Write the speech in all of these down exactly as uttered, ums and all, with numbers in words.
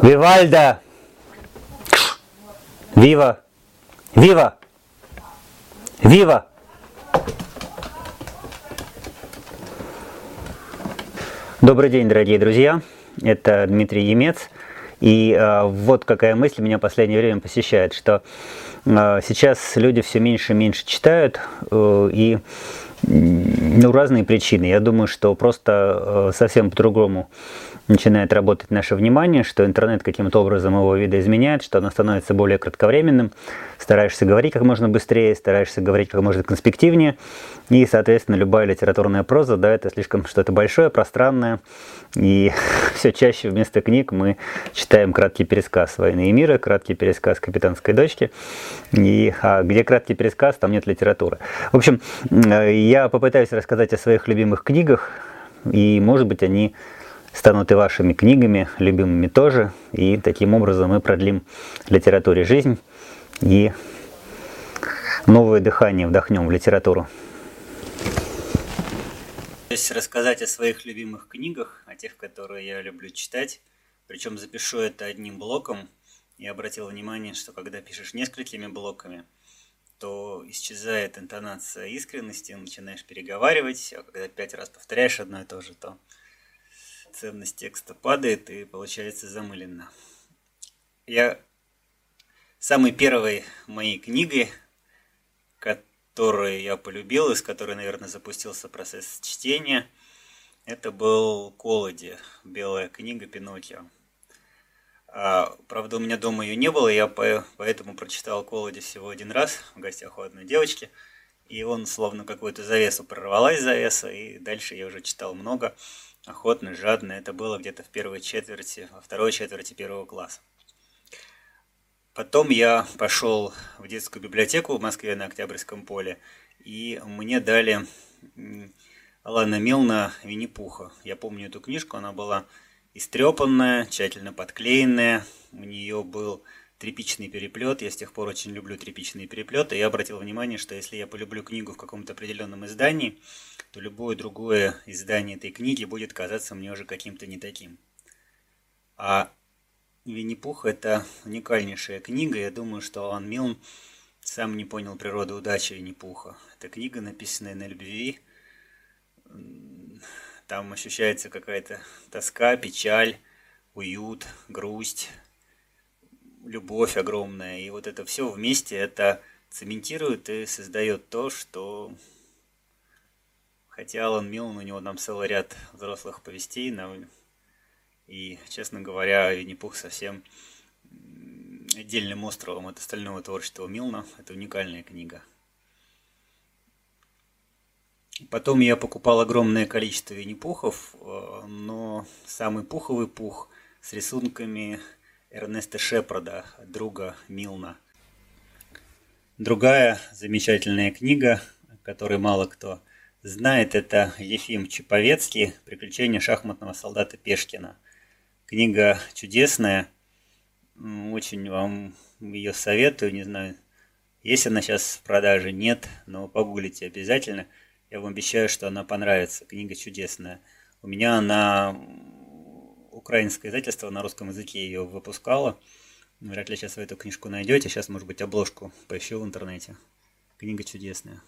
Вивальда! Вива! Вива! Вива! Добрый день, дорогие друзья! Это Дмитрий Емец. И э, вот какая мысль меня в последнее время посещает, что э, сейчас люди все меньше и меньше читают, э, и ну, разные причины. Я думаю, что просто э, совсем по-другому начинает работать наше внимание, что интернет каким-то образом его видоизменяет, что оно становится более кратковременным, стараешься говорить как можно быстрее, стараешься говорить как можно конспективнее, и, соответственно, любая литературная проза, да, это слишком что-то большое, пространное, и все чаще вместо книг мы читаем краткий пересказ «Войны и мира», краткий пересказ «Капитанской дочки», и а где краткий пересказ, там нет литературы. В общем, я попытаюсь рассказать о своих любимых книгах, и, может быть, они станут и вашими книгами, любимыми тоже, и таким образом мы продлим литературе жизнь и новое дыхание вдохнем в литературу. То есть рассказать о своих любимых книгах, о тех, которые я люблю читать, причем запишу это одним блоком. Я обратил внимание, что когда пишешь несколькими блоками, то исчезает интонация искренности, начинаешь переговаривать, а когда пять раз повторяешь одно и то же, то ценность текста падает и получается замыленно. Я самой первой моей книгой, которую я полюбил и с которой, наверное, запустился процесс чтения, это был Колоди, белая книга Пиноккио. А, правда, у меня дома ее не было, я по, поэтому прочитал Колоди всего один раз в гостях у одной девочки, и он словно какую-то завесу прорвалась завеса, и дальше я уже читал много, охотно, жадно. Это было где-то в первой четверти, во второй четверти первого класса. Потом я пошел в детскую библиотеку в Москве на Октябрьском поле, и мне дали Алана Милна «Винни-Пуха». Я помню эту книжку, она была истрепанная, тщательно подклеенная, у нее был тряпичный переплет. Я с тех пор очень люблю тряпичные переплеты. Я обратил внимание, что если я полюблю книгу в каком-то определенном издании, то любое другое издание этой книги будет казаться мне уже каким-то не таким. А «Винни-Пух» — это уникальнейшая книга. Я думаю, что Алан Милн сам не понял природы удачи Винни-Пуха. Это книга, написанная на любви. Там ощущается какая-то тоска, печаль, уют, грусть, любовь огромная. И вот это все вместе это цементирует и создает то, что... Хотя Алан Милн, у него там целый ряд взрослых повестей, и, честно говоря, Винни-Пух совсем отдельным островом от остального творчества Милна. Это уникальная книга. Потом я покупал огромное количество Винни-Пухов, но самый пуховый пух с рисунками Эрнеста Шепарда, друга Милна. Другая замечательная книга, которой мало кто знает, это Ефим Чеповецкий «Приключения шахматного солдата Пешкина». Книга чудесная, очень вам ее советую, не знаю, есть она сейчас в продаже, нет, но погуглите обязательно. Я вам обещаю, что она понравится. Книга чудесная. У меня она, украинское издательство на русском языке ее выпускало. Вряд ли сейчас вы эту книжку найдете. Сейчас, может быть, обложку поищу в интернете. Книга чудесная.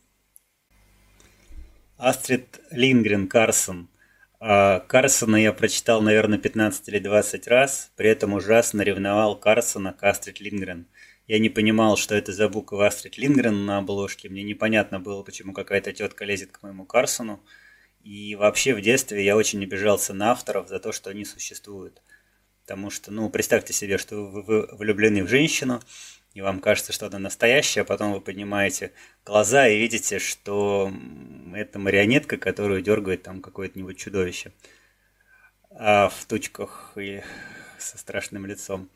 Астрид Линдгрен «Карсон». Карсона я прочитал, наверное, пятнадцать или двадцать раз. При этом ужасно ревновал Карсона к Астрид Линдгрен. Я не понимал, что это за буква Астрид Линдгрен на обложке. Мне непонятно было, почему какая-то тетка лезет к моему Карсону. И вообще в детстве я очень обижался на авторов за то, что они существуют. Потому что, ну, представьте себе, что вы, вы влюблены в женщину, и вам кажется, что она настоящая, а потом вы поднимаете глаза и видите, что это марионетка, которую дергает там какое-нибудь чудовище а в тучках и со страшным лицом.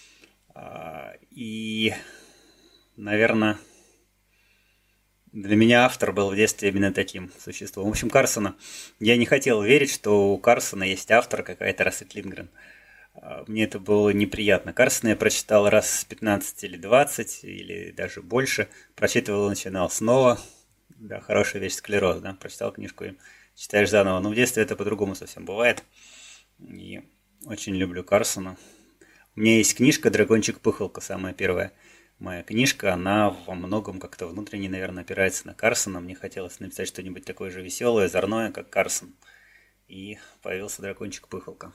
И, наверное, для меня автор был в детстве именно таким существом. В общем, Карсона, я не хотел верить, что у Карсона есть автор, какая-то Астрид Линдгрен. Мне это было неприятно. Карсона я прочитал раз пятнадцать или двадцать, или даже больше. Прочитывал и начинал снова. Да, хорошая вещь, склероз, да. Прочитал книжку и читаешь заново. Но в детстве это по-другому совсем бывает. И очень люблю Карсона. меня есть книжка «Дракончик-пыхалка», самая первая моя книжка. Она во многом как-то внутренне, наверное, опирается на Карсона. Мне хотелось написать что-нибудь такое же веселое, озорное, как Карсон. И появился «Дракончик-пыхалка».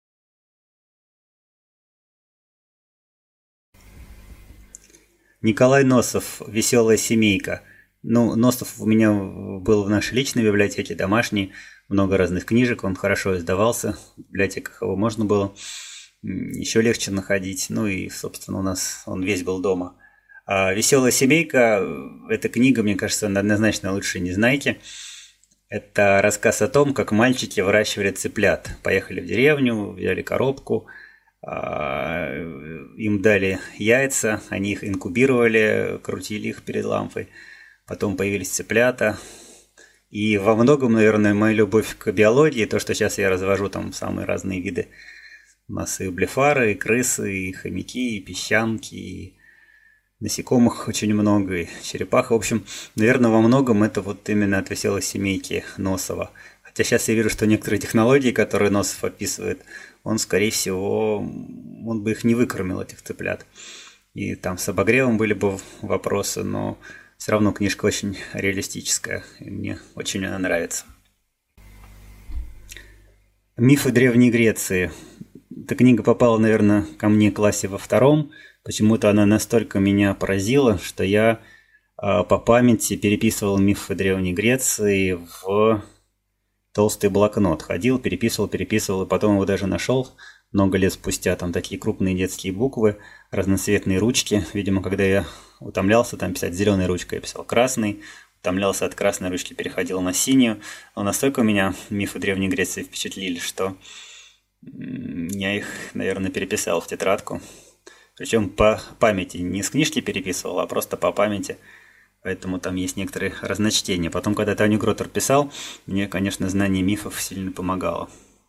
Николай Носов, «Веселая семейка». Ну, Носов у меня был в нашей личной библиотеке, домашней, много разных книжек, он хорошо издавался, в библиотеках его можно было еще легче находить, ну и, собственно, у нас он весь был дома. А «Веселая семейка» – эта книга, мне кажется, однозначно лучше «Незнайки». Это рассказ о том, как мальчики выращивали цыплят. Поехали в деревню, взяли коробку, им дали яйца, они их инкубировали, крутили их перед лампой. Потом появились цыплята. И во многом, наверное, моя любовь к биологии, то, что сейчас я развожу там самые разные виды. У нас и блефары, и крысы, и хомяки, и песчанки, и насекомых очень много, и черепах. В общем, наверное, во многом это вот именно от «Веселой семейки» Носова. Хотя сейчас я вижу, что некоторые технологии, которые Носов описывает, он, скорее всего, он бы их не выкормил, этих цыплят. И там с обогревом были бы вопросы, но все равно книжка очень реалистическая, и мне очень она нравится. «Мифы Древней Греции». Эта книга попала, наверное, ко мне в классе во втором. Почему-то она настолько меня поразила, что я э, по памяти переписывал мифы Древней Греции в толстый блокнот. Ходил, переписывал, переписывал, и потом его даже нашел много лет спустя. Там такие крупные детские буквы, разноцветные ручки. Видимо, когда я утомлялся там писать зеленой ручкой, я писал красной. Утомлялся от красной ручки, переходил на синюю. Но настолько меня мифы Древней Греции впечатлили, что я их, наверное, переписал в тетрадку. Причем по памяти. Не с книжки переписывал, а просто по памяти. Поэтому там есть некоторые разночтения. Потом, когда Таню Гротер писал, мне, конечно, знание мифов сильно помогало.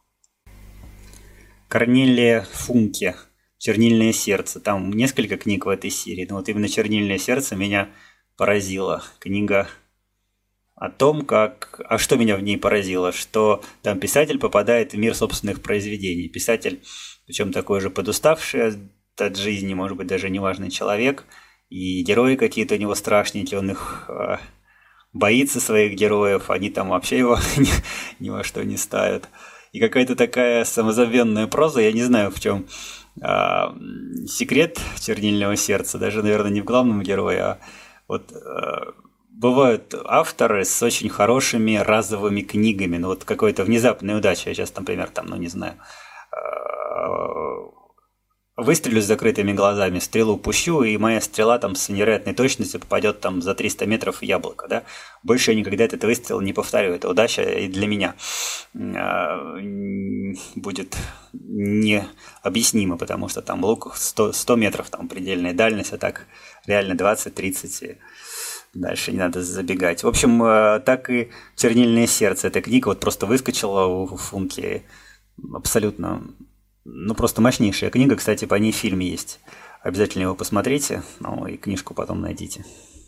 Корнелия Функе «Чернильное сердце». Там несколько книг в этой серии, но вот именно «Чернильное сердце» меня поразило. Книга о том, как... А что меня в ней поразило? Что там писатель попадает в мир собственных произведений. Писатель, причем такой же подуставший от жизни, может быть, даже неважный человек, и герои какие-то у него страшненькие, он их э, боится, своих героев, они там вообще его ни, ни во что не ставят. И какая-то такая самозабвенная проза, я не знаю, в чем э, секрет «Чернильного сердца», даже, наверное, не в главном герое, а вот... Э, бывают авторы с очень хорошими разовыми книгами, ну вот какой-то внезапной удачей, я сейчас, например, там, ну не знаю, выстрелю с закрытыми глазами, стрелу пущу, и моя стрела там с невероятной точностью попадет там за триста метров в яблоко, да. Больше я никогда этот выстрел не повторю. Это удача и для меня будет необъяснимо, потому что там лук сто, сто метров, там предельная дальность, а так реально двадцать-тридцать, и дальше не надо забегать. В общем, так и «Чернильное сердце». Эта книга вот просто выскочила у Функи абсолютно... Ну, просто мощнейшая книга. Кстати, по ней фильм есть. Обязательно его посмотрите. Ну, и книжку потом найдите.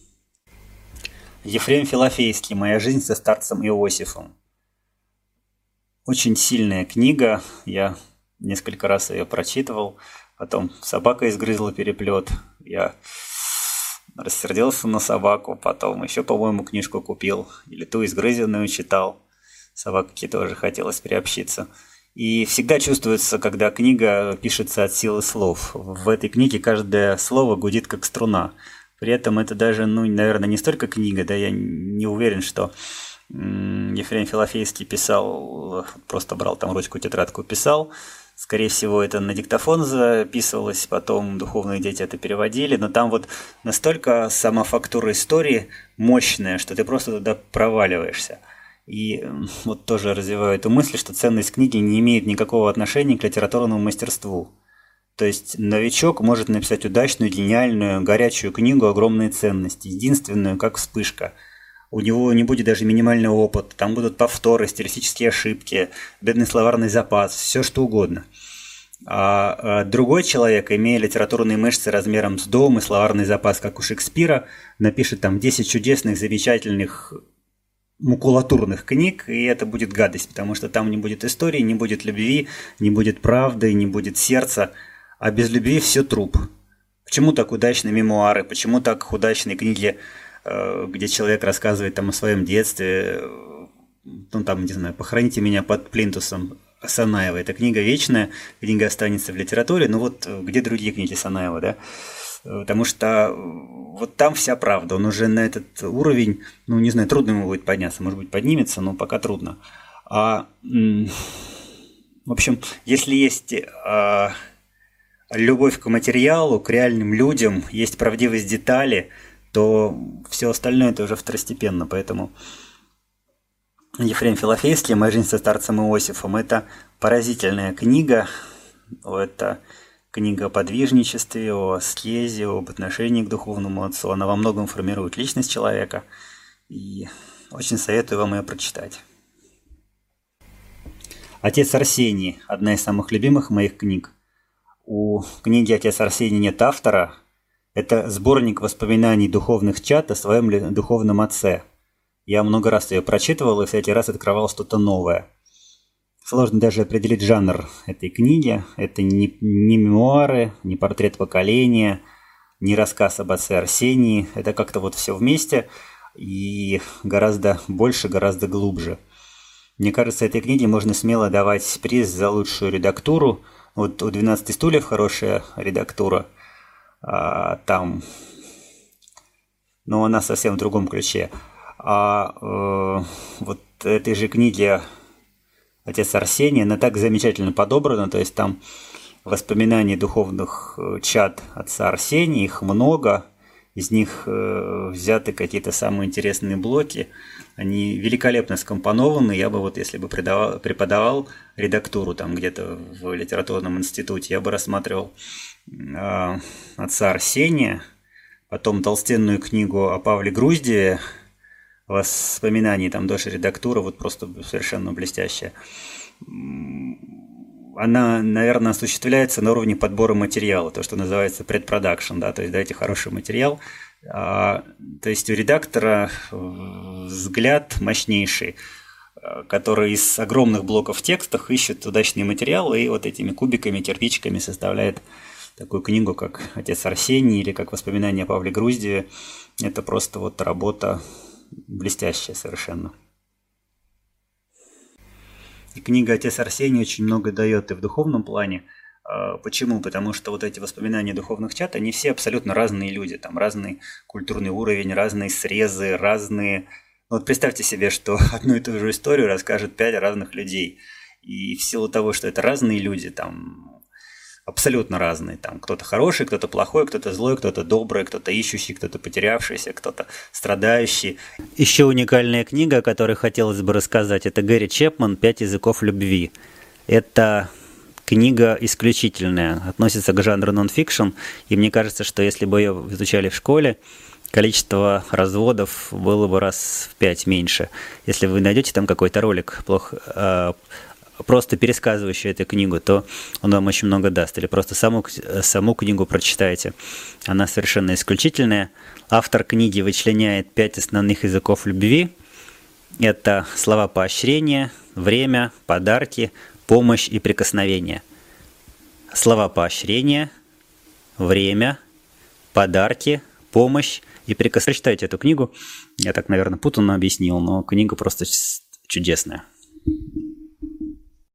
Ефрем Филофейский «Моя жизнь со старцем Иосифом». Очень сильная книга. Я несколько раз ее прочитывал. Потом собака изгрызла переплет. Я рассердился на собаку. Потом еще, по-моему, книжку купил. Или ту изгрызенную читал. Собаке тоже хотелось приобщиться. И всегда чувствуется, когда книга пишется от силы слов. В этой книге каждое слово гудит как струна. При этом это даже, ну, наверное, не столько книга, да, я не уверен, что Ефрем Филофейский писал, просто брал там ручку, тетрадку, писал. Скорее всего, это на диктофон записывалось, потом духовные дети это переводили. Но там вот настолько сама фактура истории мощная, что ты просто туда проваливаешься. И вот тоже развиваю эту мысль, что ценность книги не имеет никакого отношения к литературному мастерству. То есть новичок может написать удачную, гениальную, горячую книгу огромной ценности, единственную, как вспышка. У него не будет даже минимального опыта, там будут повторы, стилистические ошибки, бедный словарный запас, все что угодно. А другой человек, имея литературные мышцы размером с дом и словарный запас, как у Шекспира, напишет там десять чудесных, замечательных, макулатурных книг, и это будет гадость, потому что там не будет истории, не будет любви, не будет правды, не будет сердца. а без любви все труп. Почему так удачны мемуары, почему так удачные книги, где человек рассказывает там о своем детстве, ну там, не знаю, «Похороните меня под плинтусом» Санаева. Эта книга вечная, книга останется в литературе, но вот где другие книги Санаева, да? Потому что вот там вся правда, он уже на этот уровень, ну не знаю, трудно ему будет подняться, может быть поднимется, но пока трудно. А, в общем, если есть а, любовь к материалу, к реальным людям, есть правдивость детали, то все остальное это уже второстепенно, поэтому Ефрем Филофейский «Моя жизнь со старцем Иосифом» – это поразительная книга, это книга о подвижничестве, о аскезе, об отношении к духовному отцу. Она во многом формирует личность человека, и очень советую вам ее прочитать. «Отец Арсений» – одна из самых любимых моих книг. У книги «Отец Арсений» нет автора. Это сборник воспоминаний духовных чат о своем духовном отце. Я много раз ее прочитывал и всякий раз открывал что-то новое. Сложно даже определить жанр этой книги. Это не, не мемуары, не портрет поколения, не рассказ об отце Арсении. Это как-то вот все вместе и гораздо больше, гораздо глубже. Мне кажется, этой книге можно смело давать приз за лучшую редактуру. Вот у «двенадцати стульев» хорошая редактура. А, там, но она совсем в другом ключе. А э, вот этой же книге «Отец Арсений», она так замечательно подобрана, то есть там воспоминаний духовных чат отца Арсения, их много, из них э, взяты какие-то самые интересные блоки, они великолепно скомпонованы. Я бы вот, если бы преподавал, преподавал редактуру там где-то в литературном институте, я бы рассматривал э, отца Арсения, потом толстенную книгу о Павле Груздеве, воспоминаний, там тоже редактура, вот просто совершенно блестящая. Она, наверное, осуществляется на уровне подбора материала, то, что называется предпродакшн, да, то есть дайте хороший материал. А, то есть у редактора взгляд мощнейший, который из огромных блоков текстов ищет удачный материал и вот этими кубиками, кирпичиками составляет такую книгу, как «Отец Арсений» или как «Воспоминания о Павле Груздеве». Это просто вот работа блестящая совершенно. И книга «Отец Арсений» очень много дает и в духовном плане. Почему? Потому что вот эти воспоминания духовных чат, они все абсолютно разные люди. Там разный культурный уровень, разные срезы, разные... Вот представьте себе, что одну и ту же историю расскажет пять разных людей. И в силу того, что это разные люди, там... абсолютно разные. Там кто-то хороший, кто-то плохой, кто-то злой, кто-то добрый, кто-то ищущий, кто-то потерявшийся, кто-то страдающий. Еще уникальная книга, о которой хотелось бы рассказать, это Гэри Чепман «Пять языков любви». Это книга исключительная, относится к жанру нон-фикшн, и мне кажется, что если бы ее изучали в школе, количество разводов было бы раз в пять меньше. Если вы найдете там какой-то ролик плохо... просто пересказывающий эту книгу, то он вам очень много даст. Или просто саму, саму книгу прочитайте. Она совершенно исключительная. Автор книги вычленяет пять основных языков любви. Это слова поощрения, время, подарки, помощь и прикосновение. Слова поощрения, время, подарки, помощь и прикосновение. Прочитайте эту книгу. Я так, наверное, путанно объяснил, но книга просто чудесная.